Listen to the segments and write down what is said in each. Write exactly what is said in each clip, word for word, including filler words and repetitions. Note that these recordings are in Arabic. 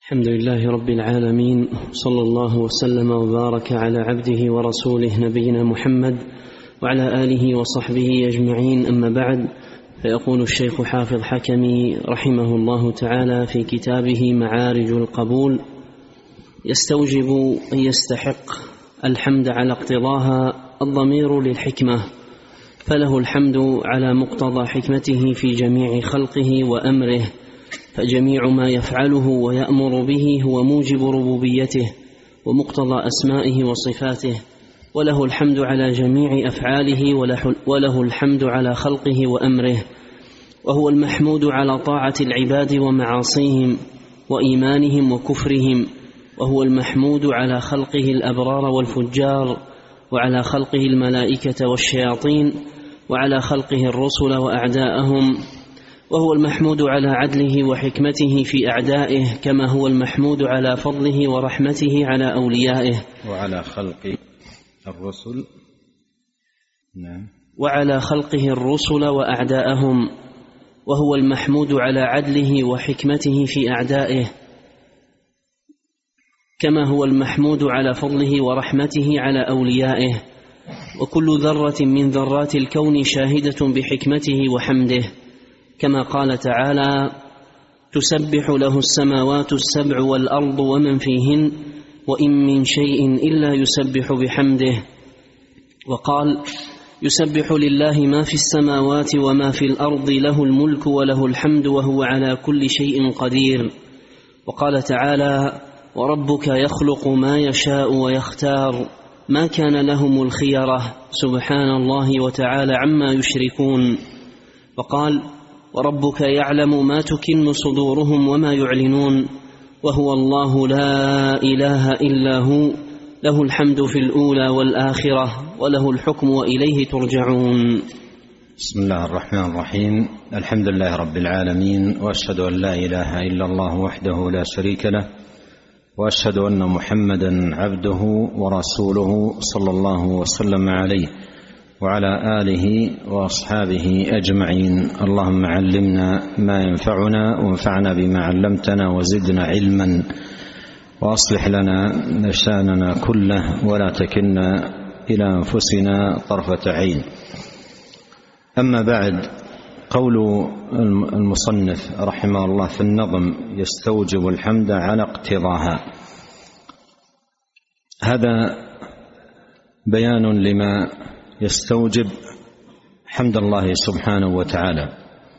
الحمد لله رب العالمين، صلى الله وسلم وبارك على عبده ورسوله نبينا محمد وعلى آله وصحبه أجمعين، أما بعد. فيقول الشيخ حافظ حكمي رحمه الله تعالى في كتابه معارج القبول: يستوجب أن يستحق الحمد على اقتضاها الضمير للحكمة، فله الحمد على مقتضى حكمته في جميع خلقه وأمره، فجميع ما يفعله ويأمر به هو موجب ربوبيته ومقتضى أسمائه وصفاته، وله الحمد على جميع أفعاله، وله الحمد على خلقه وأمره، وهو المحمود على طاعة العباد ومعاصيهم وإيمانهم وكفرهم، وهو المحمود على خلقه الأبرار والفجار، وعلى خلقه الملائكة والشياطين، وعلى خلقه الرسل وأعداءهم، وهو المحمود على عدله وحكمته في أعدائه، كما هو المحمود على فضله ورحمته على أوليائه. وعلى خلق الرسل نعم وعلى خلقه الرسل وأعداءهم، وهو المحمود على عدله وحكمته في أعدائه، كما هو المحمود على فضله ورحمته على أوليائه. وكل ذرة من ذرات الكون شاهدة بحكمته وحمده، كما قال تعالى: تسبح له السماوات السبع والأرض ومن فيهن وإن من شيء إلا يسبح بحمده. وقال: يسبح لله ما في السماوات وما في الأرض، له الملك وله الحمد وهو على كل شيء قدير. وقال تعالى: وربك يخلق ما يشاء ويختار، ما كان لهم الخيرة، سبحان الله وتعالى عما يشركون. وقال: وربك يعلم ما تكن صدورهم وما يعلنون، وهو الله لا إله إلا هو، له الحمد في الأولى والآخرة، وله الحكم وإليه ترجعون. بسم الله الرحمن الرحيم. الحمد لله رب العالمين، وأشهد أن لا إله إلا الله وحده لا شريك له، وأشهد أن محمدا عبده ورسوله صلى الله وسلم عليه وعلى آله وأصحابه أجمعين. اللهم علمنا ما ينفعنا، وانفعنا بما علمتنا، وزدنا علما، وأصلح لنا شأننا كله، ولا تكلنا إلى أنفسنا طرفة عين. أما بعد، قول المصنف رحمه الله في النظم: يستوجب الحمد على اقتضاها، هذا بيان لما يستوجب حمد الله سبحانه وتعالى.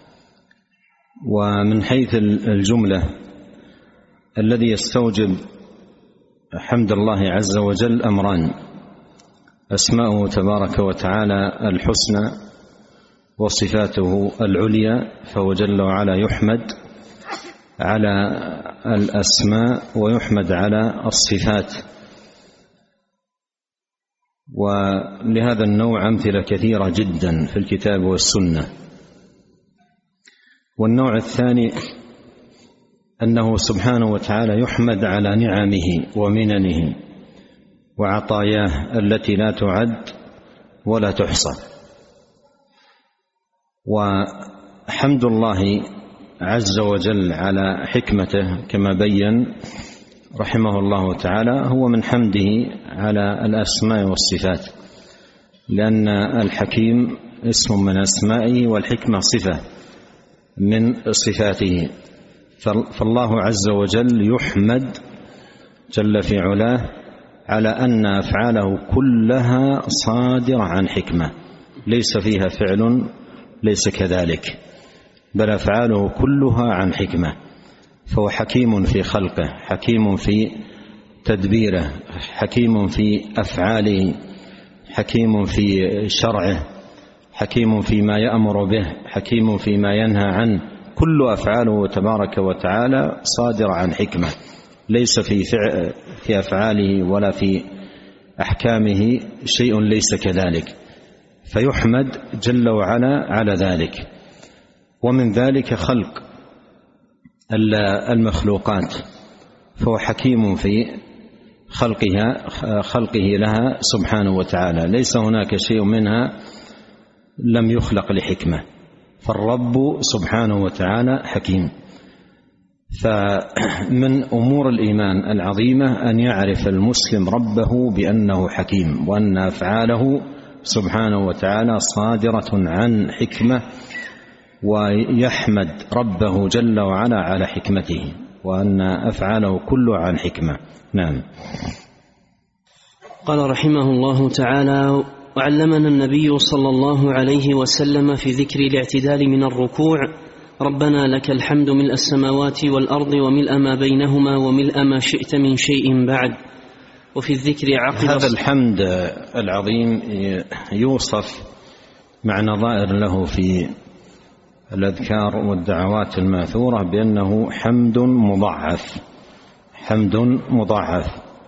ومن حيث الجملة، الذي يستوجب حمد الله عز وجل أمران: أسماؤه تبارك وتعالى الحسنى وصفاته العليا، فهو جل وعلا يحمد على الأسماء ويحمد على الصفات. ولهذا النوع أمثلة كثيرة جدا في الكتاب والسنة. والنوع الثاني أنه سبحانه وتعالى يحمد على نعمه ومننه وعطاياه التي لا تعد ولا تحصى. وحمد الله عز وجل على حكمته كما بين رحمه الله تعالى هو من حمده على الأسماء والصفات، لأن الحكيم اسم من أسمائه، والحكمة صفة من صفاته. فالله عز وجل يحمد جل في علاه على أن أفعاله كلها صادرة عن حكمة، ليس فيها فعل ليس كذلك، بل أفعاله كلها عن حكمة. فهو حكيم في خلقه، حكيم في تدبيره، حكيم في أفعاله، حكيم في شرعه، حكيم فيما يأمر به، حكيم فيما ينهى عنه. كل أفعاله تبارك وتعالى صادرة عن حكمة، ليس في, فعل في أفعاله ولا في أحكامه شيء ليس كذلك، فيحمد جل وعلا على ذلك. ومن ذلك خلق المخلوقات، فهو حكيم في خلقها خلقه لها سبحانه وتعالى، ليس هناك شيء منها لم يخلق لحكمة، فالرب سبحانه وتعالى حكيم. فمن أمور الإيمان العظيمة أن يعرف المسلم ربه بأنه حكيم، وأن أفعاله سبحانه وتعالى صادرة عن حكمة، ويحمد ربه جل وعلا على حكمته، وأن أفعاله كله عن حكمة. نعم. قال رحمه الله تعالى: وعلمنا النبي صلى الله عليه وسلم في ذكر الاعتدال من الركوع: ربنا لك الحمد ملء السماوات والأرض وملء ما بينهما وملء ما شئت من شيء بعد. وفي الذكر عقب هذا الحمد العظيم يوصف مع نظائر له في الأذكار والدعوات الماثورة بأنه حمد مضاعف، حمد مضاعف.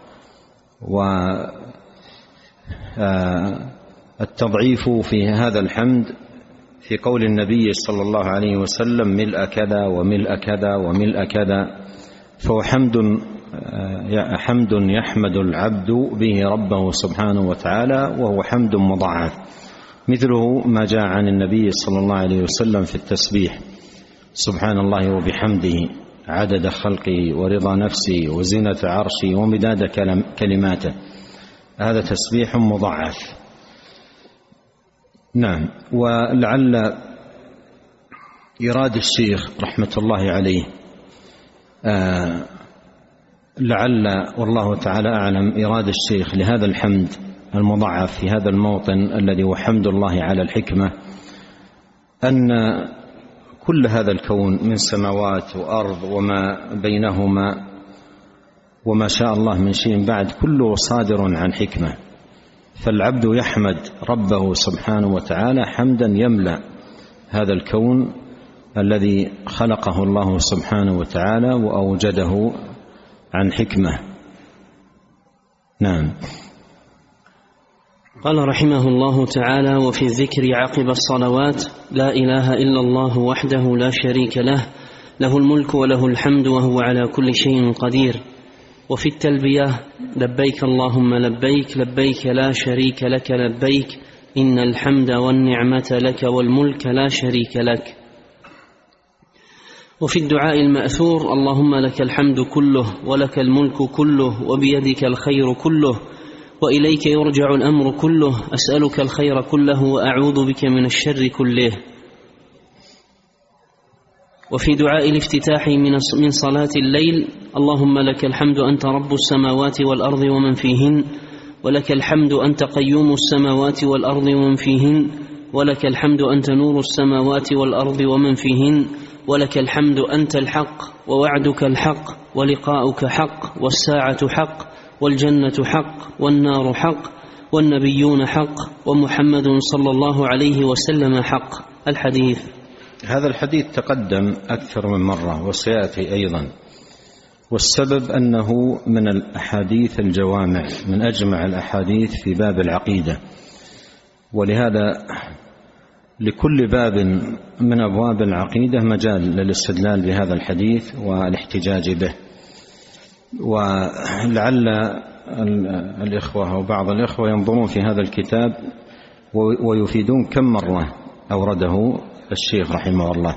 والتضعيف في هذا الحمد في قول النبي صلى الله عليه وسلم: ملء كذا وملء كذا وملء كذا، فهو حمد حمد يحمد العبد به ربه سبحانه وتعالى، وهو حمد مضاعف، مثله ما جاء عن النبي صلى الله عليه وسلم في التسبيح: سبحان الله وبحمده عدد خلقه ورضا نفسه وزنة عرشه ومداد كلماته. هذا تسبيح مضاعف. نعم. ولعل إراد الشيخ رحمة الله عليه آه لعل والله تعالى أعلم إراد الشيخ لهذا الحمد المضاعف في هذا الموطن الذي هو حمد الله على الحكمة، أن كل هذا الكون من سماوات وأرض وما بينهما وما شاء الله من شيء بعد كله صادر عن حكمة، فالعبد يحمد ربه سبحانه وتعالى حمدا يملأ هذا الكون الذي خلقه الله سبحانه وتعالى وأوجده عن حكمة. نعم. قال رحمه الله تعالى: وفي الذكر عقب الصلوات: لا إله إلا الله وحده لا شريك له، له الملك وله الحمد وهو على كل شيء قدير. وفي التلبية: لبيك اللهم لبيك، لبيك لا شريك لك لبيك، إن الحمد والنعمة لك والملك لا شريك لك. وفي الدعاء المأثور: اللهم لك الحمد كله ولك الملك كله وبيدك الخير كله وإليك يرجع الأمر كله، أسألك الخير كله وأعوذ بك من الشر كله. وفي دعاء الافتتاح من صلاة الليل: اللهم لك الحمد أنت رب السماوات والأرض ومن فيهن، ولك الحمد أنت قيوم السماوات والأرض ومن فيهن، ولك الحمد أنت نور السماوات والأرض ومن فيهن، ولك الحمد أنت الحق ووعدك الحق ولقاؤك حق والساعة حق والجنة حق والنار حق والنبيون حق ومحمد صلى الله عليه وسلم حق. الحديث. هذا الحديث تقدم أكثر من مرة وسيأتي أيضا، والسبب أنه من الأحاديث الجوامع، من أجمع الأحاديث في باب العقيدة، ولهذا لكل باب من أبواب العقيدة مجال للاستدلال بهذا الحديث والاحتجاج به. ولعل الإخوة أو بعض الإخوة ينظرون في هذا الكتاب ويفيدون كم مرة أورده الشيخ رحمه الله،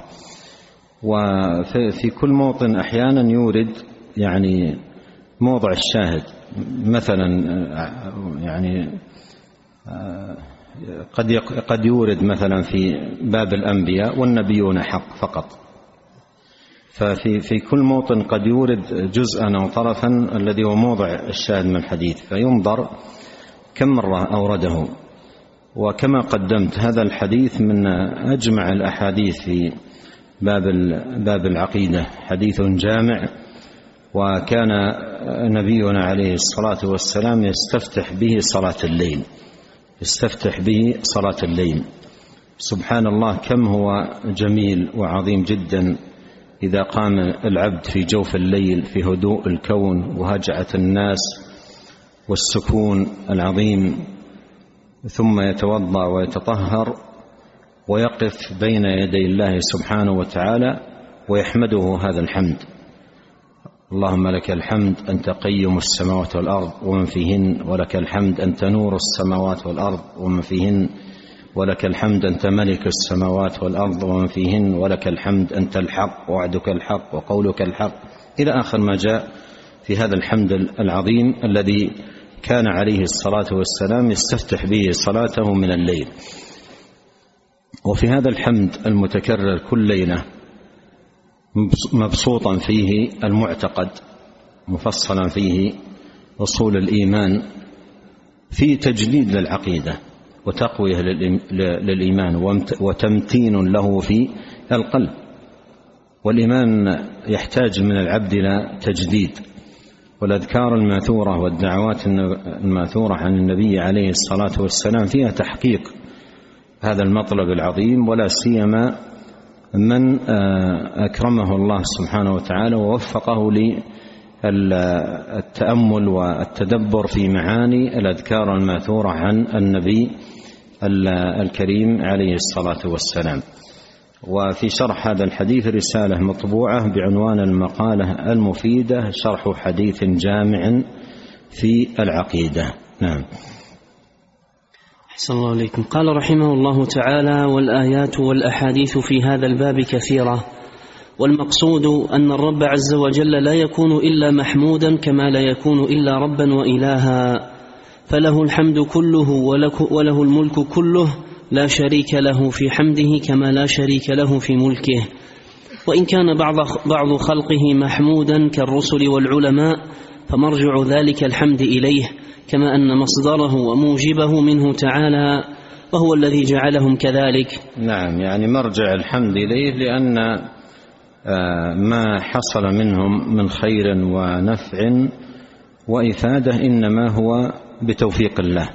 وفي كل موطن أحيانا يورد يعني موضع الشاهد، مثلا يعني قد قد يورد مثلا في باب الأنبياء والنبيون حق فقط، ففي في كل موطن قد يورد جزءا أو طرفا الذي هو موضع الشاهد من الحديث، فينظر كم مرة أورده. وكما قدمت هذا الحديث من أجمع الأحاديث في باب باب العقيدة، حديث جامع، وكان نبينا عليه الصلاة والسلام يستفتح به صلاة الليل، يستفتح به صلاة الليل. سبحان الله كم هو جميل وعظيم جدا إذا قام العبد في جوف الليل في هدوء الكون وهجعة الناس والسكون العظيم، ثم يتوضأ ويتطهر ويقف بين يدي الله سبحانه وتعالى ويحمده هذا الحمد: اللهم لك الحمد أنت قيم السماوات والأرض ومن فيهن، ولك الحمد أنت نور السماوات والأرض ومن فيهن، ولك الحمد أنت ملك السماوات والأرض ومن فيهن، ولك الحمد أنت الحق ووعدك الحق وقولك الحق إلى آخر ما جاء في هذا الحمد العظيم الذي كان عليه الصلاة والسلام يستفتح به صلاته من الليل. وفي هذا الحمد المتكرر كل ليلة مبسوطا فيه المعتقد، مفصلا فيه أصول الإيمان، في تجديد للعقيدة وتقوية للإيمان وتمتين له في القلب. والإيمان يحتاج من العبد إلى تجديد، والأذكار الماثورة والدعوات الماثورة عن النبي عليه الصلاة والسلام فيها تحقيق هذا المطلب العظيم، ولا سيما من أكرمه الله سبحانه وتعالى ووفقه للتأمل والتدبر في معاني الأذكار الماثورة عن النبي الكريم عليه الصلاة والسلام. وفي شرح هذا الحديث رسالة مطبوعة بعنوان المقالة المفيدة شرح حديث جامع في العقيدة. نعم. أحسن الله عليكم. قال رحمه الله تعالى: والآيات والأحاديث في هذا الباب كثيرة، والمقصود أن الرب عز وجل لا يكون إلا محمودا كما لا يكون إلا ربا وإلها، فله الحمد كله وله الملك كله، لا شريك له في حمده كما لا شريك له في ملكه. وإن كان بعض بعض خلقه محمودا كالرسل والعلماء فمرجع ذلك الحمد إليه، كما أن مصدره وموجبه منه تعالى، وهو الذي جعلهم كذلك. نعم، يعني مرجع الحمد إليه، لأن ما حصل منهم من خير ونفع وإفادة إنما هو بتوفيق الله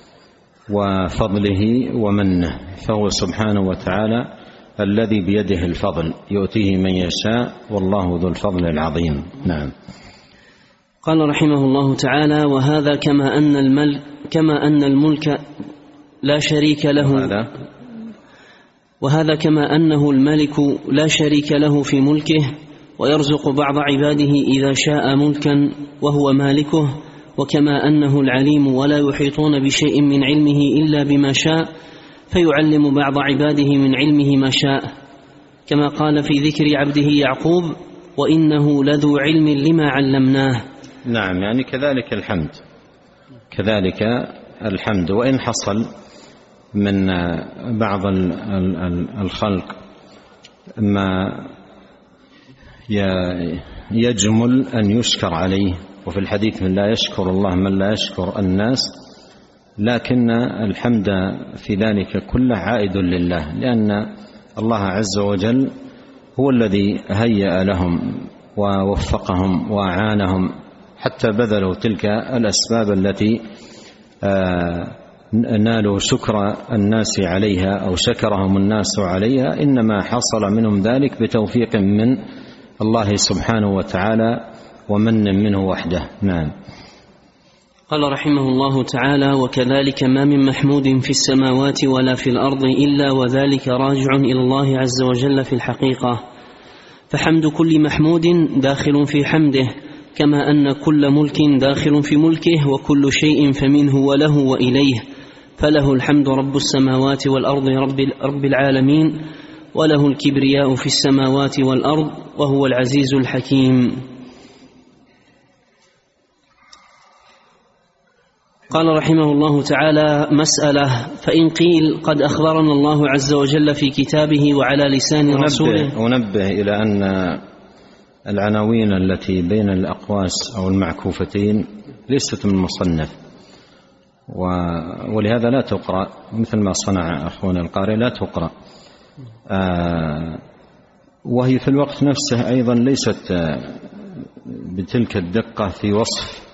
وفضله ومنه، فهو سبحانه وتعالى الذي بيده الفضل يؤتيه من يشاء، والله ذو الفضل العظيم. نعم. قال رحمه الله تعالى: وهذا كما أن الملك كما أن الملك لا شريك له وهذا, وهذا كما أنه الملك لا شريك له في ملكه، ويرزق بعض عباده إذا شاء ملكا وهو مالكه، وكما أنه العليم ولا يحيطون بشيء من علمه إلا بما شاء، فيعلم بعض عباده من علمه ما شاء، كما قال في ذكر عبده يعقوب: وإنه لذو علم لما علمناه. نعم، يعني كذلك الحمد كذلك الحمد وإن حصل من بعض الخلق ما يجمل أن يشكر عليه، وفي الحديث من لا يشكر الله من لا يشكر الناس، لكن الحمد في ذلك كله عائد لله، لأن الله عز وجل هو الذي هيأ لهم ووفقهم وأعانهم حتى بذلوا تلك الأسباب التي نالوا شكر الناس عليها أو شكرهم الناس عليها، إنما حصل منهم ذلك بتوفيق من الله سبحانه وتعالى ومن منه وحده. نعم. قال رحمه الله تعالى: وكذلك ما من محمود في السماوات ولا في الأرض إلا وذلك راجع إلى الله عز وجل في الحقيقة، فحمد كل محمود داخل في حمده، كما أن كل ملك داخل في ملكه، وكل شيء فمنه وله وإليه، فله الحمد رب السماوات والأرض رب, رب العالمين، وله الكبرياء في السماوات والأرض، وهو العزيز الحكيم. قال رحمه الله تعالى: مسألة: فإن قيل قد أخبرنا الله عز وجل في كتابه وعلى لسان رسوله. أنبه إلى أن العناوين التي بين الأقواس أو المعكوفتين ليست من مصنف، ولهذا لا تقرأ مثل ما صنع أخونا القارئ، لا تقرأ، وهي في الوقت نفسه أيضا ليست بتلك الدقة في وصف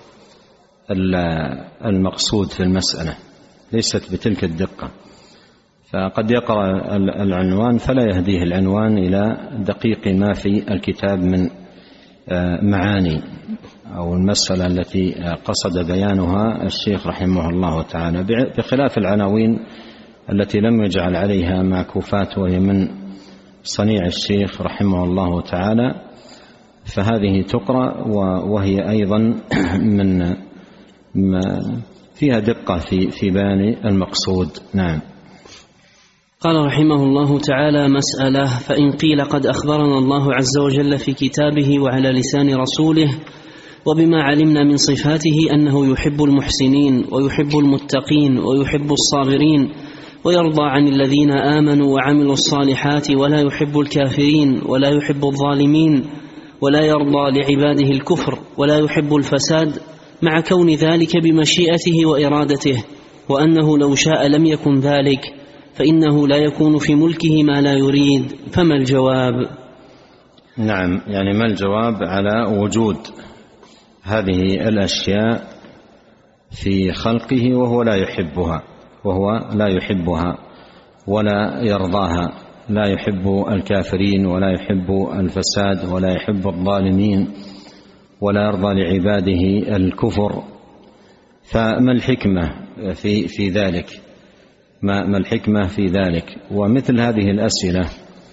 المقصود في المسألة، ليست بتلك الدقة، فقد يقرأ العنوان فلا يهديه العنوان إلى دقيق ما في الكتاب من معاني أو المسألة التي قصد بيانها الشيخ رحمه الله تعالى، بخلاف العناوين التي لم يجعل عليها معكوفات وهي من صنيع الشيخ رحمه الله تعالى، فهذه تقرأ وهي أيضا من فيها دقة في في بيان المقصود. نعم. قال رحمه الله تعالى: مسألة: فإن قيل قد أخبرنا الله عز وجل في كتابه وعلى لسان رسوله وبما علمنا من صفاته أنه يحب المحسنين ويحب المتقين ويحب الصابرين ويرضى عن الذين آمنوا وعملوا الصالحات ولا يحب الكافرين ولا يحب الظالمين ولا يرضى لعباده الكفر ولا يحب الفساد، مع كون ذلك بمشيئته وإرادته، وأنه لو شاء لم يكن ذلك، فإنه لا يكون في ملكه ما لا يريد، فما الجواب؟ نعم، يعني ما الجواب على وجود هذه الأشياء في خلقه وهو لا يحبها وهو لا يحبها ولا يرضاها، لا يحب الكافرين ولا يحب الفساد ولا يحب الظالمين ولا يرضى لعباده الكفر، فما الحكمة في في ذلك؟ ما ما الحكمة في ذلك؟ ومثل هذه الأسئلة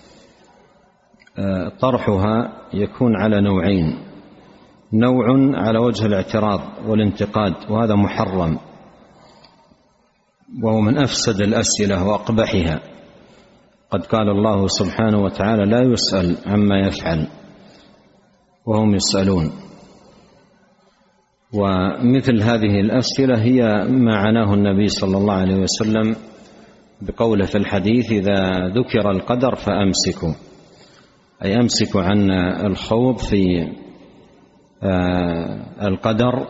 طرحها يكون على نوعين: نوع على وجه الاعتراض والانتقاد، وهذا محرم وهو من أفسد الأسئلة وأقبحها. قد قال الله سبحانه وتعالى: لا يسأل عما يفعل وهم يسألون. ومثل هذه الأسئلة هي ما عناه النبي صلى الله عليه وسلم بقوله في الحديث: إذا ذكر القدر فأمسكوا، أي أمسكوا عن الخوض في القدر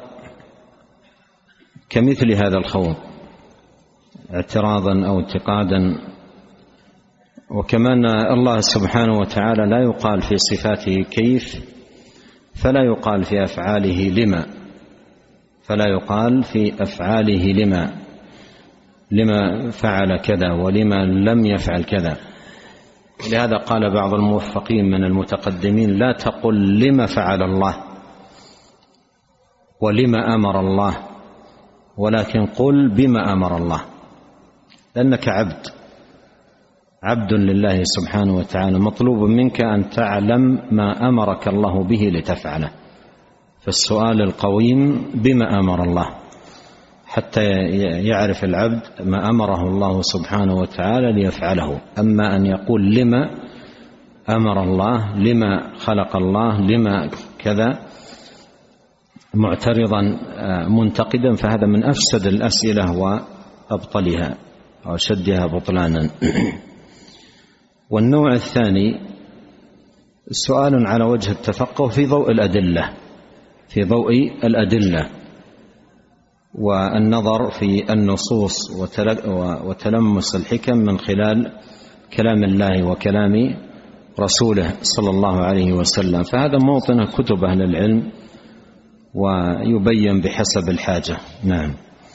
كمثل هذا الخوض اعتراضا أو انتقادا. وكمان الله سبحانه وتعالى لا يقال في صفاته كيف، فلا يقال في أفعاله لما فلا يقال في أفعاله لما لما فعل كذا ولما لم يفعل كذا. لهذا قال بعض الموفقين من المتقدمين: لا تقل لما فعل الله ولما أمر الله، ولكن قل بما أمر الله، لأنك عبد عبد لله سبحانه وتعالى، مطلوب منك أن تعلم ما أمرك الله به لتفعله. فالسؤال القويم بما أمر الله، حتى يعرف العبد ما أمره الله سبحانه وتعالى ليفعله. أما أن يقول لما أمر الله، لما خلق الله، لما كذا، معترضا منتقدا، فهذا من أفسد الأسئلة وأبطلها وأشدها بطلانا. والنوع الثاني سؤال على وجه التفقه في ضوء الأدلة في ضوء الأدلة والنظر في النصوص وتلمس الحكم من خلال كلام الله وكلام رسوله صلى الله عليه وسلم، فهذا موطن كتب أهل العلم ويبين بحسب الحاجة. نعم.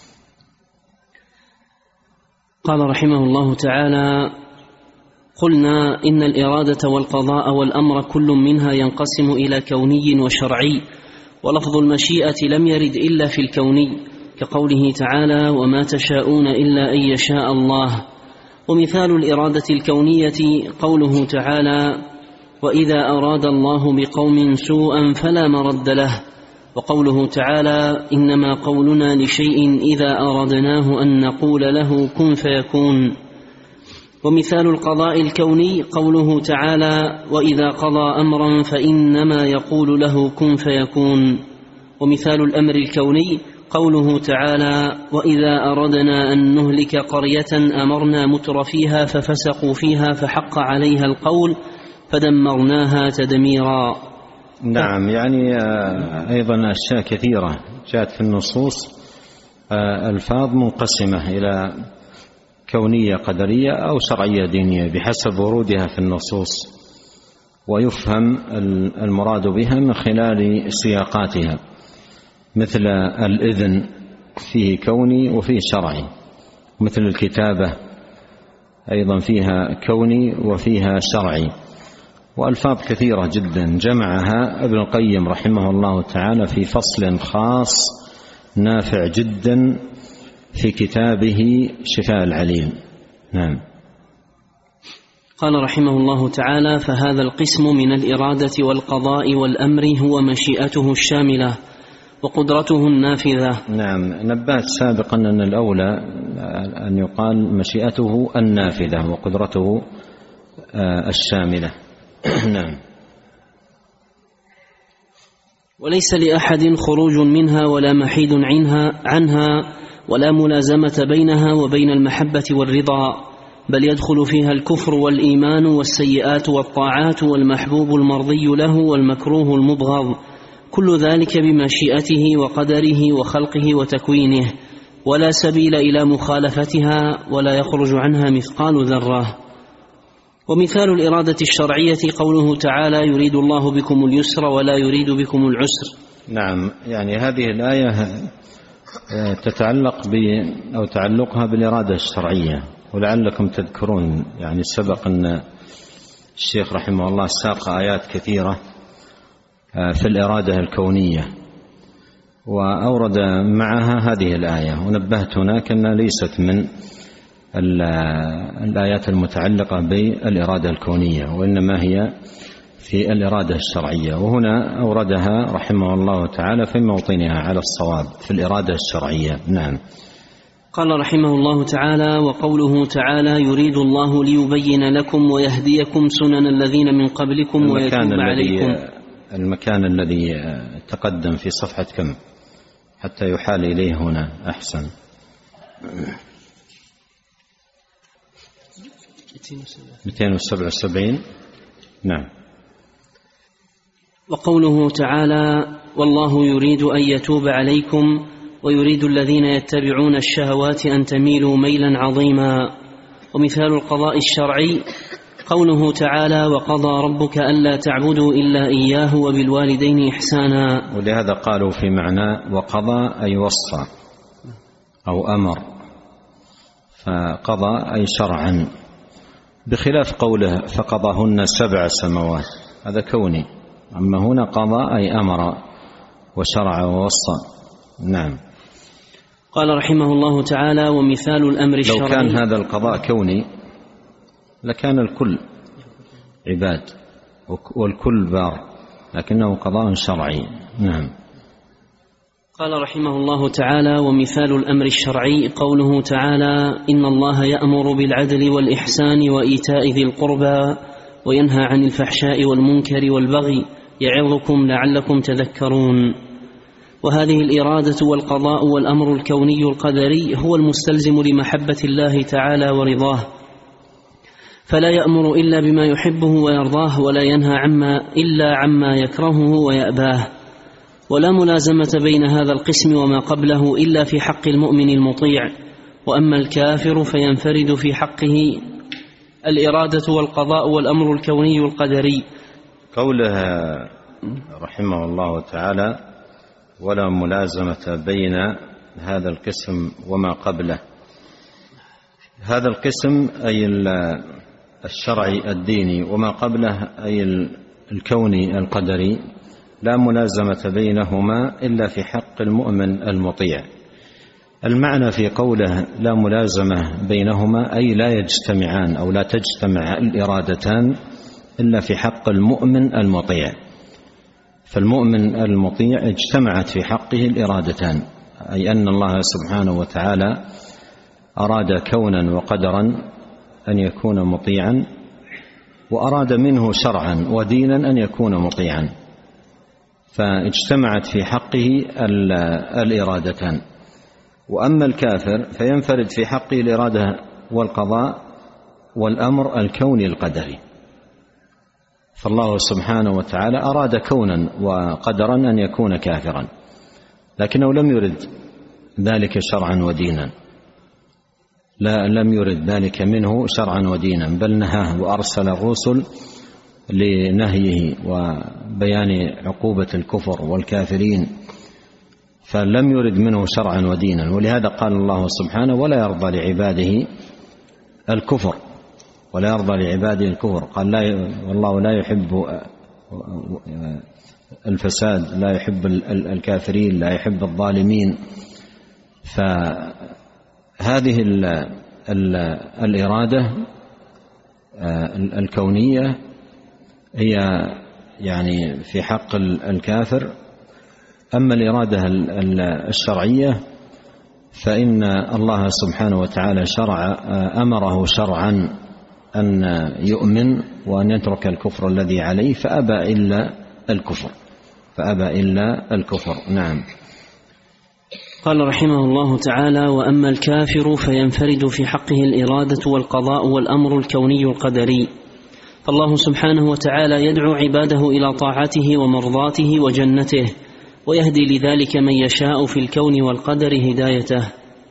قال رحمه الله تعالى: قلنا إن الإرادة والقضاء والأمر كل منها ينقسم إلى كوني وشرعي، ولفظ المشيئة لم يرد إلا في الكوني، كقوله تعالى: وما تشاءون إلا أن يشاء الله. ومثال الإرادة الكونية قوله تعالى: وإذا أراد الله بقوم سوءا فلا مرد له. وقوله تعالى: إنما قولنا لشيء إذا أردناه أن نقول له كن فيكون. ومثال القضاء الكوني قوله تعالى: وإذا قضى أمرا فإنما يقول له كن فيكون. ومثال الأمر الكوني قوله تعالى: وإذا أردنا أن نهلك قرية أمرنا متر فيها ففسقوا فيها فحق عليها القول فدمرناها تدميرا. نعم، يعني أيضا أشياء كثيرة جاءت في النصوص ألفاظ منقسمة إلى كونية قدرية أو شرعية دينية بحسب ورودها في النصوص، ويفهم المراد بها من خلال سياقاتها، مثل الإذن فيه كوني وفيه شرعي، مثل الكتابة أيضا فيها كوني وفيها شرعي، وألفاظ كثيرة جدا جمعها ابن القيم رحمه الله تعالى في فصل خاص نافع جدا في كتابه شفاء العليل. نعم. قال رحمه الله تعالى: فهذا القسم من الإرادة والقضاء والأمر هو مشيئته الشاملة، وقدرته النافذة. نعم، نبهت سابقا أن الأولى أن يقال مشيئته النافذة وقدرته الشاملة. نعم. وليس لأحد خروج منها ولا محيد عنها عنها ولا ملازمة بينها وبين المحبة والرضا، بل يدخل فيها الكفر والإيمان والسيئات والطاعات والمحبوب المرضي له والمكروه المبغض، كل ذلك بمشيئته وقدره وخلقه وتكوينه، ولا سبيل إلى مخالفتها ولا يخرج عنها مثقال ذرة. ومثال الإرادة الشرعية قوله تعالى: يريد الله بكم اليسر ولا يريد بكم العسر. نعم، يعني هذه الآية تتعلق ب أو تعلقها بالإرادة الشرعية، ولعلكم تذكرون يعني سبق أن الشيخ رحمه الله ساق آيات كثيرة في الإرادة الكونية وأورد معها هذه الآية، ونبهت هناك أنها ليست من الآيات المتعلقة بالإرادة الكونية، وإنما هي في الإرادة الشرعية، وهنا أوردها رحمه الله تعالى في موطنها على الصواب في الإرادة الشرعية. نعم. قال رحمه الله تعالى: وقوله تعالى: يريد الله ليبين لكم ويهديكم سنن الذين من قبلكم ويتوب عليكم. المكان الذي تقدم في صفحة كم حتى يحال إليه هنا أحسن؟ مئتين وسبعة وسبعين. نعم. وقوله تعالى: والله يريد أن يتوب عليكم ويريد الذين يتبعون الشهوات أن تميلوا ميلا عظيما. ومثال القضاء الشرعي قوله تعالى: وقضى ربك ألا تعبدوا إلا إياه وبالوالدين إحسانا. ولهذا قالوا في معنى وقضى أي وصى أو أمر، فقضى أي شرعا، بخلاف قوله فقضاهن سبع سماوات، هذا كوني، أما هنا قضى أي أمر وشرع ووصى. نعم. قال رحمه الله تعالى: ومثال الأمر الشرعي، لو كان هذا القضاء كوني لكان الكل عباد والكل بار، لكنه قضاء شرعي. نعم. قال رحمه الله تعالى: ومثال الأمر الشرعي قوله تعالى: إن الله يأمر بالعدل والإحسان وإيتاء ذي القربى وينهى عن الفحشاء والمنكر والبغي يعظكم لعلكم تذكرون. وهذه الإرادة والقضاء والأمر الكوني القدري هو المستلزم لمحبة الله تعالى ورضاه، فلا يأمر إلا بما يحبه ويرضاه، ولا ينهى عما إلا عما يكرهه ويأباه، ولا ملازمة بين هذا القسم وما قبله إلا في حق المؤمن المطيع. وأما الكافر فينفرد في حقه الإرادة والقضاء والأمر الكوني القدري. قوله رحمه الله تعالى: ولا ملازمة بين هذا القسم وما قبله، هذا القسم أي الشرعي الديني، وما قبله أي الكوني القدري، لا ملازمة بينهما إلا في حق المؤمن المطيع. المعنى في قوله لا ملازمة بينهما أي لا يجتمعان أو لا تجتمع الإرادتان إلا في حق المؤمن المطيع، فالمؤمن المطيع اجتمعت في حقه الإرادتان، أي أن الله سبحانه وتعالى أراد كونا وقدرا أن يكون مطيعا، وأراد منه شرعا ودينا أن يكون مطيعا، فاجتمعت في حقه الإرادتان. وأما الكافر فينفرد في حقه الإرادة والقضاء والأمر الكوني القدري، فالله سبحانه وتعالى أراد كونا وقدرا أن يكون كافرا، لكنه لم يرد ذلك شرعا ودينا، لا لم يرد ذلك منه شرعا ودينا، بل نهاه وأرسل الرسل لنهيه وبيان عقوبة الكفر والكافرين، فلم يرد منه شرعا ودينا. ولهذا قال الله سبحانه: ولا يرضى لعباده الكفر ولا يرضى لعباده الكفر. قال لا، والله لا يحب الفساد، لا يحب الكافرين، لا يحب الظالمين. فهذه ال ال الإرادة الكونية هي يعني في حق الكافر أما الإرادة الشرعية فإن الله سبحانه وتعالى شرع أمره شرعا أن يؤمن وأن يترك الكفر الذي عليه فأبى إلا الكفر فأبى إلا الكفر. نعم. قال رحمه الله تعالى: وأما الكافر فينفرد في حقه الإرادة والقضاء والأمر الكوني القدري، فالله سبحانه وتعالى يدعو عباده إلى طاعته ومرضاته وجنته، ويهدي لذلك من يشاء في الكون والقدر هدايته.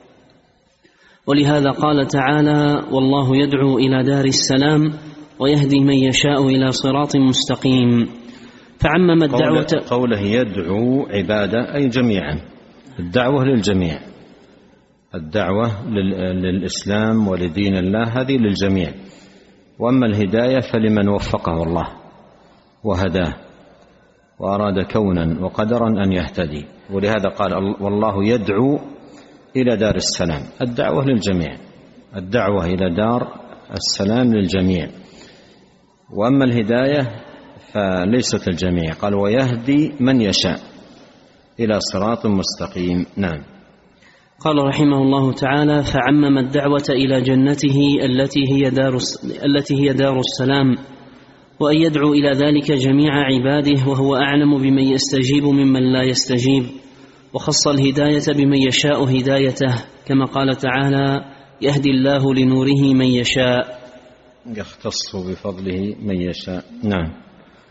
ولهذا قال تعالى: والله يدعو إلى دار السلام ويهدي من يشاء إلى صراط مستقيم. فعمم الدعوة. قوله يدعو عباده أي جميعا، الدعوة للجميع، الدعوة للإسلام ولدين الله هذه للجميع. وأما الهداية فلمن وفقه الله وهداه وأراد كونا وقدرا أن يهتدي. ولهذا قال: والله يدعو إلى دار السلام، الدعوة للجميع، الدعوة إلى دار السلام للجميع. وأما الهداية فليست الجميع، قال: ويهدي من يشاء إلى صراط مستقيم. نعم. قال رحمه الله تعالى: فعمم الدعوة إلى جنته التي هي دار التي هي دار السلام، وأن يدعو إلى ذلك جميع عباده، وهو أعلم بمن يستجيب ممن لا يستجيب. وخص الهداية بمن يشاء هدايته، كما قال تعالى: يهدي الله لنوره من يشاء، يختص بفضله من يشاء. نعم.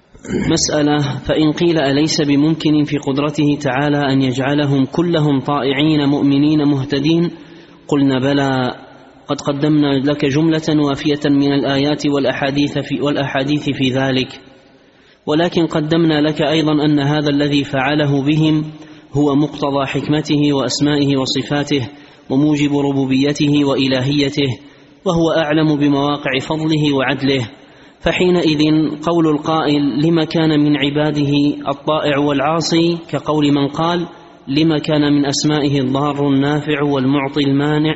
مسألة: فإن قيل أليس بممكن في قدرته تعالى أن يجعلهم كلهم طائعين مؤمنين مهتدين؟ قلنا بلى، قد قدمنا لك جملة وافية من الآيات والأحاديث في, والأحاديث في ذلك، ولكن قدمنا لك أيضا أن هذا الذي فعله بهم هو مقتضى حكمته وأسمائه وصفاته وموجب ربوبيته وإلهيته، وهو أعلم بمواقع فضله وعدله. فحينئذ قول القائل لما كان من عباده الطائع والعاصي كقول من قال لما كان من أسمائه الضار النافع والمعطي المانع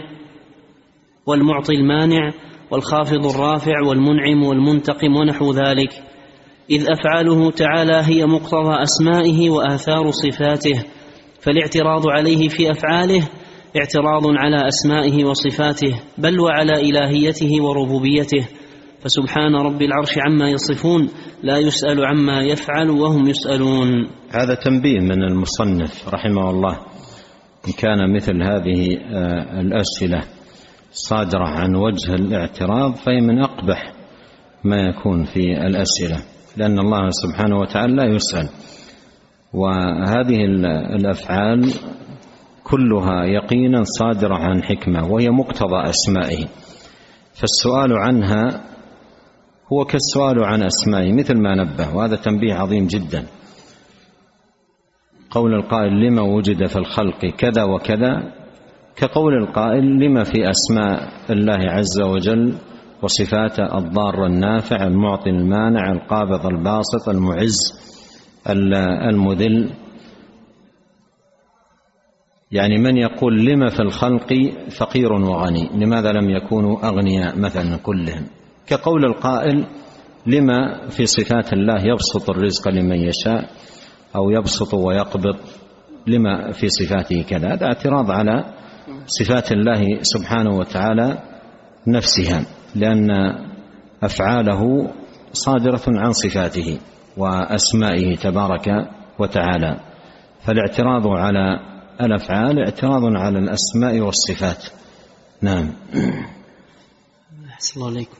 والمعطي المانع والخافض الرافع والمنعم والمنتقم ونحو ذلك، إذ أفعاله تعالى هي مقتضى أسمائه وآثار صفاته، فالاعتراض عليه في أفعاله اعتراض على أسمائه وصفاته، بل وعلى إلهيته وربوبيته. فسبحان رب العرش عما يصفون، لا يسأل عما يفعل وهم يسألون. هذا تنبيه من المصنف رحمه الله، إن كان مثل هذه الأسئلة صادرة عن وجه الاعتراض فهي من أقبح ما يكون في الأسئلة، لأن الله سبحانه وتعالى لا يسأل، وهذه الأفعال كلها يقينا صادرة عن حكمة وهي مقتضى أسمائه، فالسؤال عنها هو كالسؤال عن أسمائه مثل ما نبه، وهذا تنبيه عظيم جدا. قول القائل لما وجد في الخلق كذا وكذا كقول القائل لما في أسماء الله عز وجل وصفاته الضار النافع المعطي المانع القابض الباسط المعز المذل. يعني من يقول لما في الخلق فقير وغني، لماذا لم يكونوا أغنياء مثلا كلهم؟ كقول القائل لما في صفات الله يبسط الرزق لمن يشاء أو يبسط ويقبض، لما في صفاته كذا. هذا اعتراض على صفات الله سبحانه وتعالى نفسها، لأن أفعاله صادرة عن صفاته وأسمائه تبارك وتعالى، فالاعتراض على الأفعال اعتراض على الأسماء والصفات. نعم. أحسن الله عليكم.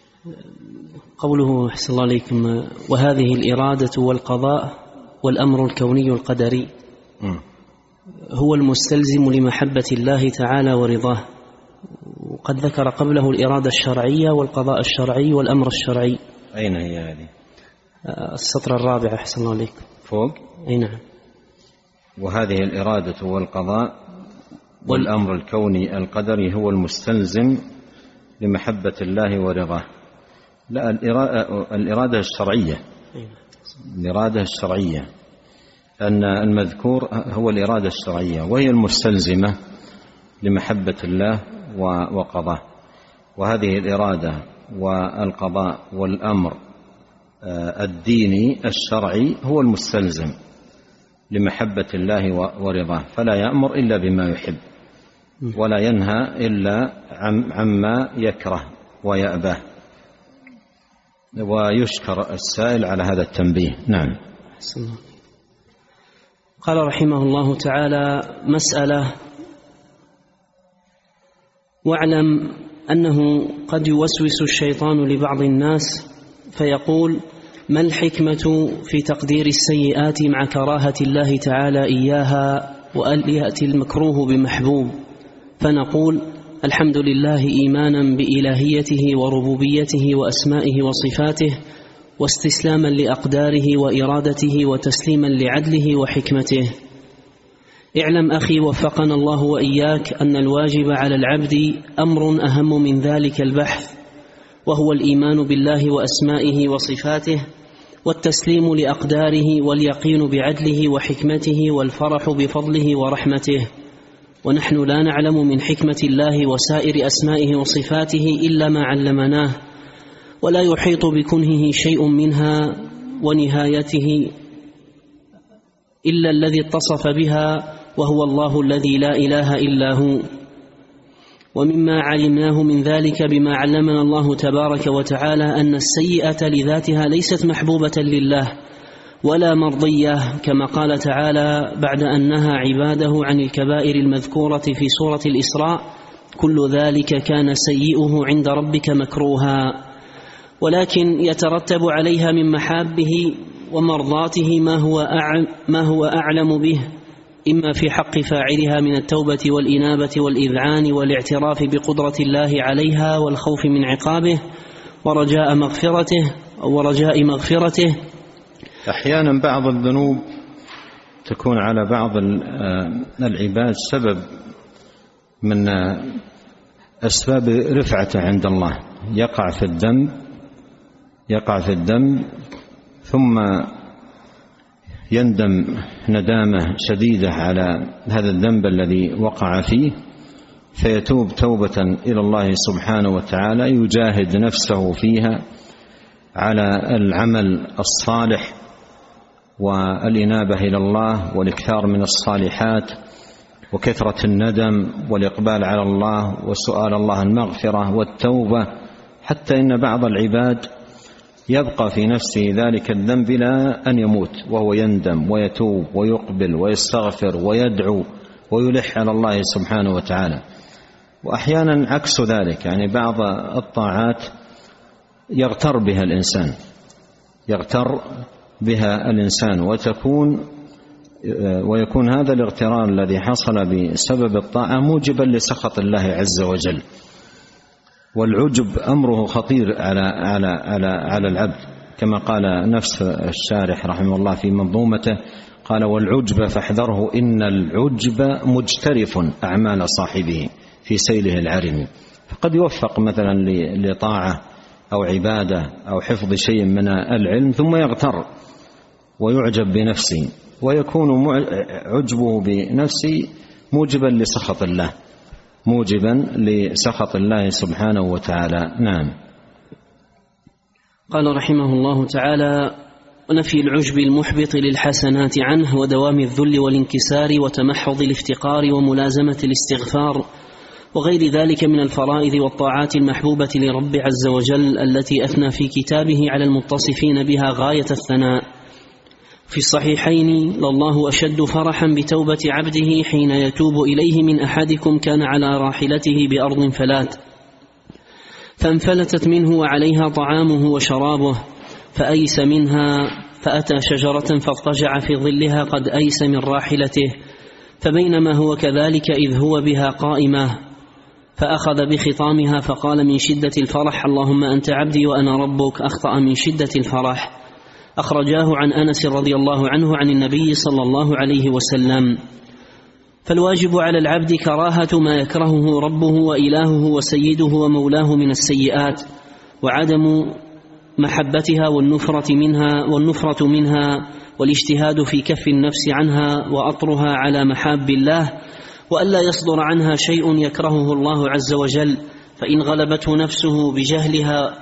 قوله أحسن الله عليكم وهذه الإرادة والقضاء والأمر الكوني القدري هو المستلزم لمحبة الله تعالى ورضاه، وقد ذكر قبله الإرادة الشرعية والقضاء الشرعي والأمر الشرعي. أين هي هذه؟ السطر الرابع أحسن الله عليكم فوق. أي نعم. وهذه الإرادة والقضاء والأمر الكوني القدري هو المستلزم لمحبة الله ورضاه. لا، الإرادة الشرعية، الإرادة الشرعية، أن المذكور هو الإرادة الشرعية وهي المستلزمة لمحبة الله وقضاه. وهذه الإرادة والقضاء والأمر الديني الشرعي هو المستلزم لمحبة الله ورضاه، فلا يأمر إلا بما يحب ولا ينهى إلا عما يكره ويأباه. ويشكر السائل على هذا التنبيه. نعم. قال رحمه الله تعالى: مسألة: واعلم أنه قد يوسوس الشيطان لبعض الناس فيقول: ما الحكمة في تقدير السيئات مع كراهة الله تعالى إياها وأن يأتي المكروه بمحبوب؟ فنقول: الحمد لله إيمانا بإلهيته وربوبيته وأسمائه وصفاته، واستسلاما لأقداره وإرادته، وتسليما لعدله وحكمته. اعلم أخي وفقنا الله وإياك أن الواجب على العبد أمر أهم من ذلك البحث، وهو الإيمان بالله وأسمائه وصفاته، والتسليم لأقداره، واليقين بعدله وحكمته، والفرح بفضله ورحمته. ونحن لا نعلم من حكمة الله وسائر أسمائه وصفاته إلا ما علمناه، ولا يحيط بكنهه شيء منها ونهايته إلا الذي اتصف بها، وهو الله الذي لا إله إلا هو. ومما علمناه من ذلك بما علمنا الله تبارك وتعالى أن السيئة لذاتها ليست محبوبة لله ولا مرضية، كما قال تعالى بعد أن نهى عباده عن الكبائر المذكورة في سورة الإسراء: كل ذلك كان سيئه عند ربك مكروها. ولكن يترتب عليها من محابه ومرضاته ما هو ما هو أعلم به، إما في حق فاعلها من التوبة والإنابة والإذعان والاعتراف بقدرة الله عليها والخوف من عقابه ورجاء مغفرته أو ورجاء مغفرته. أحيانا بعض الذنوب تكون على بعض العباد سبب من أسباب رفعته عند الله، يقع في الذنب يقع في الذنب ثم يندم ندامة شديدة على هذا الذنب الذي وقع فيه، فيتوب توبة إلى الله سبحانه وتعالى، يجاهد نفسه فيها على العمل الصالح والإنابة إلى الله والإكثار من الصالحات وكثرة الندم والإقبال على الله وسؤال الله المغفرة والتوبة، حتى إن بعض العباد يبقى في نفسه ذلك الذنب إلى أن يموت وهو يندم ويتوب ويقبل ويستغفر ويدعو ويلح على الله سبحانه وتعالى. وأحيانا عكس ذلك، يعني بعض الطاعات يغتر بها الإنسان يغتر بها الإنسان وتكون ويكون هذا الاغترار الذي حصل بسبب الطاعة موجبا لسخط الله عز وجل. والعجب أمره خطير على على على على العبد، كما قال نفس الشارح رحمه الله في منظومته، قال: والعجب فاحذره إن العجب مجترف أعمال صاحبه في سيله العرم. فقد يوفق مثلا لطاعة أو عبادة أو حفظ شيء من العلم ثم يغتر ويعجب بنفسه، ويكون عجبه بنفسه موجبا لسخط الله موجبا لسخط الله سبحانه وتعالى. نعم. قال رحمه الله تعالى: ونفي العجب المحبط للحسنات عنه، ودوام الذل والانكسار، وتمحض الافتقار، وملازمة الاستغفار، وغير ذلك من الفرائض والطاعات المحبوبة لرب عز وجل التي أثنى في كتابه على المتصفين بها غاية الثناء. في الصحيحين: لله أشد فرحا بتوبة عبده حين يتوب إليه من أحدكم كان على راحلته بأرض فلات فانفلتت منه وعليها طعامه وشرابه، فأيس منها فأتى شجرة فاضطجع في ظلها قد أيس من راحلته، فبينما هو كذلك إذ هو بها قائمة فأخذ بخطامها فقال من شدة الفرح: اللهم أنت عبدي وأنا ربك، أخطأ من شدة الفرح. أخرجاه عن أنس رضي الله عنه عن النبي صلى الله عليه وسلم. فالواجب على العبد كراهة ما يكرهه ربه وإلهه وسيده ومولاه من السيئات، وعدم محبتها والنفرة منها والنفرة منها والاجتهاد في كف النفس عنها وأطرها على محاب الله، وألا يصدر عنها شيء يكرهه الله عز وجل، فإن غلبته نفسه بجهلها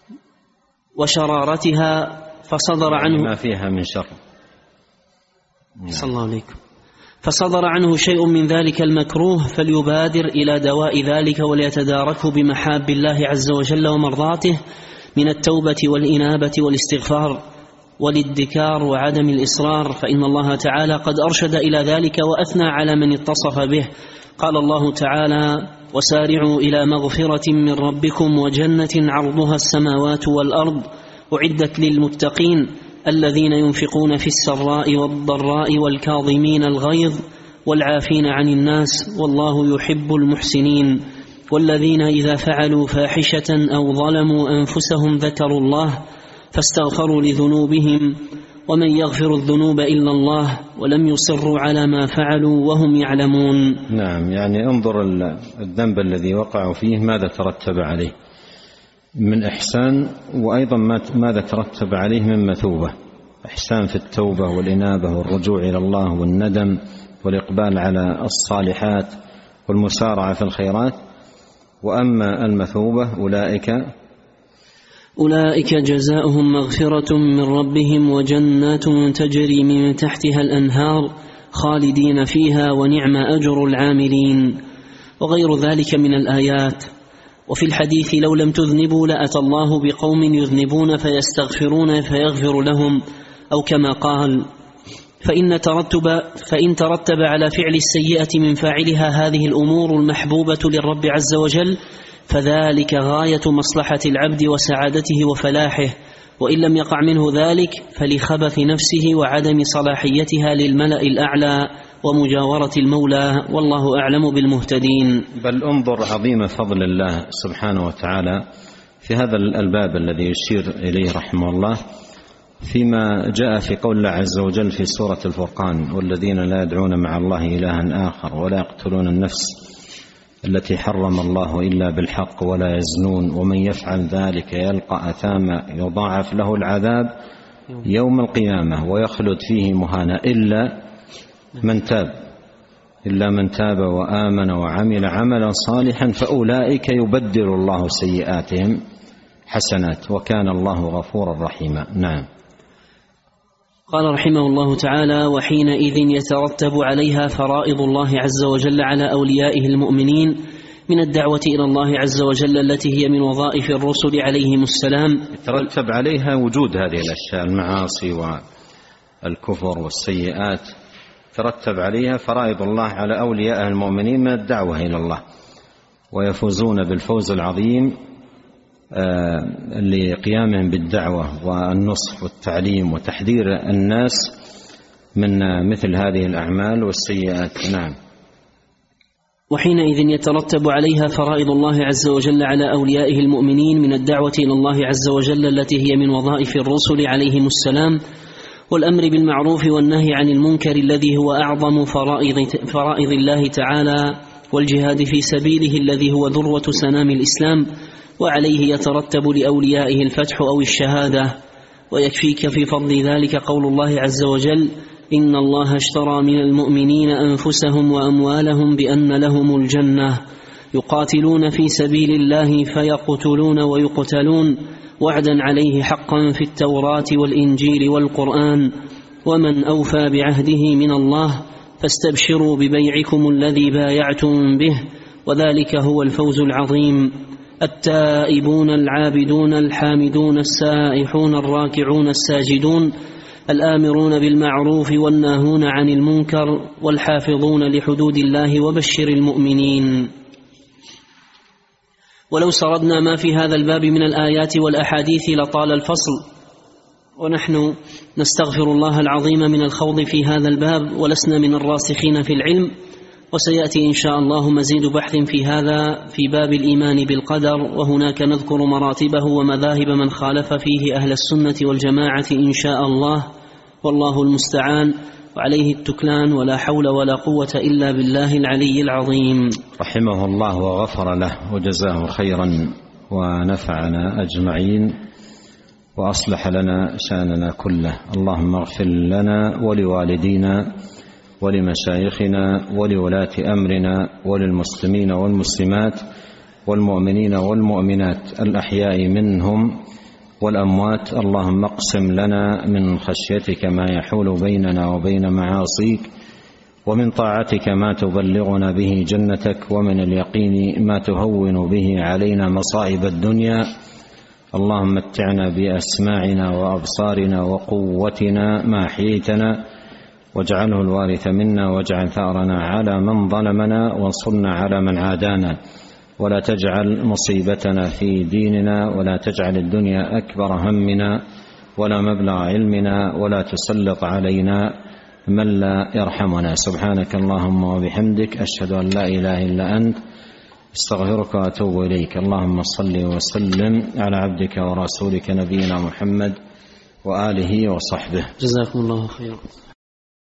وشرارتها فصدر عنه ما فيها من شر صلى الله عليكم. فصدر عنه شيء من ذلك المكروه فليبادر إلى دواء ذلك وليتداركه بمحاب الله عز وجل ومرضاته من التوبة والإنابة والاستغفار والادكار وعدم الإصرار، فإن الله تعالى قد أرشد إلى ذلك وأثنى على من اتصف به. قال الله تعالى: وسارعوا إلى مغفرة من ربكم وجنة عرضها السماوات والأرض أعدت للمتقين الذين ينفقون في السراء والضراء والكاظمين الغيظ والعافين عن الناس والله يحب المحسنين والذين إذا فعلوا فاحشة أو ظلموا أنفسهم ذكروا الله فاستغفروا لذنوبهم ومن يغفر الذنوب إلا الله ولم يصروا على ما فعلوا وهم يعلمون. نعم، يعني انظر الذنب الذي وقعوا فيه ماذا ترتب عليه من إحسان، وأيضا ماذا ترتب عليه من مثوبة. إحسان في التوبة والإنابة والرجوع إلى الله والندم والإقبال على الصالحات والمسارعة في الخيرات. وأما المثوبة أولئك أولئك جزاؤهم مغفرة من ربهم وجنات تجري من تحتها الأنهار خالدين فيها ونعم أجر العاملين، وغير ذلك من الآيات. وفي الحديث: لو لم تذنبوا لأتى الله بقوم يذنبون فيستغفرون فيغفر لهم، أو كما قال: فإن ترتب, فإن ترتب على فعل السيئة من فاعلها هذه الأمور المحبوبة للرب عز وجل فذلك غاية مصلحة العبد وسعادته وفلاحه، وإن لم يقع منه ذلك فلخبث نفسه وعدم صلاحيتها للملأ الأعلى ومجاورة المولى، والله أعلم بالمهتدين. بل انظر عظيم فضل الله سبحانه وتعالى في هذا الباب الذي يشير إليه رحمه الله فيما جاء في قول الله عز وجل في سورة الفرقان: والذين لا يدعون مع الله إلها آخر ولا يقتلون النفس التي حرم الله إلا بالحق ولا يزنون ومن يفعل ذلك يلقى أثاما يضاعف له العذاب يوم القيامة ويخلد فيه مهانا إلا من تاب إلا من تاب وآمن وعمل عملا صالحا فأولئك يبدل الله سيئاتهم حسنات وكان الله غفورا رحيما. نعم. قال رحمه الله تعالى: وحينئذ يترتب عليها فرائض الله عز وجل على أوليائه المؤمنين من الدعوة إلى الله عز وجل التي هي من وظائف الرسل عليهم السلام. يترتب عليها وجود هذه الأشياء المعاصي والكفر والسيئات، ترتب عليها فرائض الله على أوليائه المؤمنين من الدعوة إلى الله، ويفوزون بالفوز العظيم لقيامهم بالدعوة والنصح والتعليم وتحذير الناس من مثل هذه الأعمال والسيئات. نعم. وحينئذ يترتب عليها فرائض الله عز وجل على أوليائه المؤمنين من الدعوة إلى الله عز وجل التي هي من وظائف الرسل عليهم السلام، والأمر بالمعروف والنهي عن المنكر الذي هو أعظم فرائض, فرائض الله تعالى، والجهاد في سبيله الذي هو ذروة سنام الإسلام، وعليه يترتب لأوليائه الفتح أو الشهادة. ويكفيك في فضل ذلك قول الله عز وجل: إن الله اشترى من المؤمنين أنفسهم وأموالهم بأن لهم الجنة يقاتلون في سبيل الله فيقتلون ويقتلون وعدا عليه حقا في التوراة والإنجيل والقرآن ومن أوفى بعهده من الله فاستبشروا ببيعكم الذي بايعتم به وذلك هو الفوز العظيم. التائبون العابدون الحامدون السائحون الراكعون الساجدون الآمرون بالمعروف والناهون عن المنكر والحافظون لحدود الله وبشر المؤمنين. ولو سردنا ما في هذا الباب من الآيات والأحاديث لطال الفصل، ونحن نستغفر الله العظيم من الخوض في هذا الباب ولسنا من الراسخين في العلم، وسيأتي إن شاء الله مزيد بحث في هذا في باب الإيمان بالقدر، وهناك نذكر مراتبه ومذاهب من خالف فيه أهل السنة والجماعة إن شاء الله، والله المستعان وعليه التكلان، ولا حول ولا قوة إلا بالله العلي العظيم. رحمه الله وغفر له وجزاه خيرا ونفعنا أجمعين وأصلح لنا شأننا كله. اللهم اغفر لنا ولوالدينا ولمشايخنا ولولاة أمرنا وللمسلمين والمسلمات والمؤمنين والمؤمنات الأحياء منهم والأموات. اللهم اقسم لنا من خشيتك ما يحول بيننا وبين معاصيك، ومن طاعتك ما تبلغنا به جنتك، ومن اليقين ما تهون به علينا مصائب الدنيا. اللهم متعنا بأسماعنا وأبصارنا وقوتنا ما أحييتنا، واجعله الوارث منا، واجعل ثأرنا على من ظلمنا، وانصرنا على من عادانا، ولا تجعل مصيبتنا في ديننا، ولا تجعل الدنيا أكبر همنا ولا مبلغ علمنا، ولا تسلط علينا من لا يرحمنا. سبحانك اللهم وبحمدك، أشهد أن لا إله إلا أنت، استغفرك وأتوب إليك. اللهم صل وسلم على عبدك ورسولك نبينا محمد وآله وصحبه. جزاكم الله خيرا.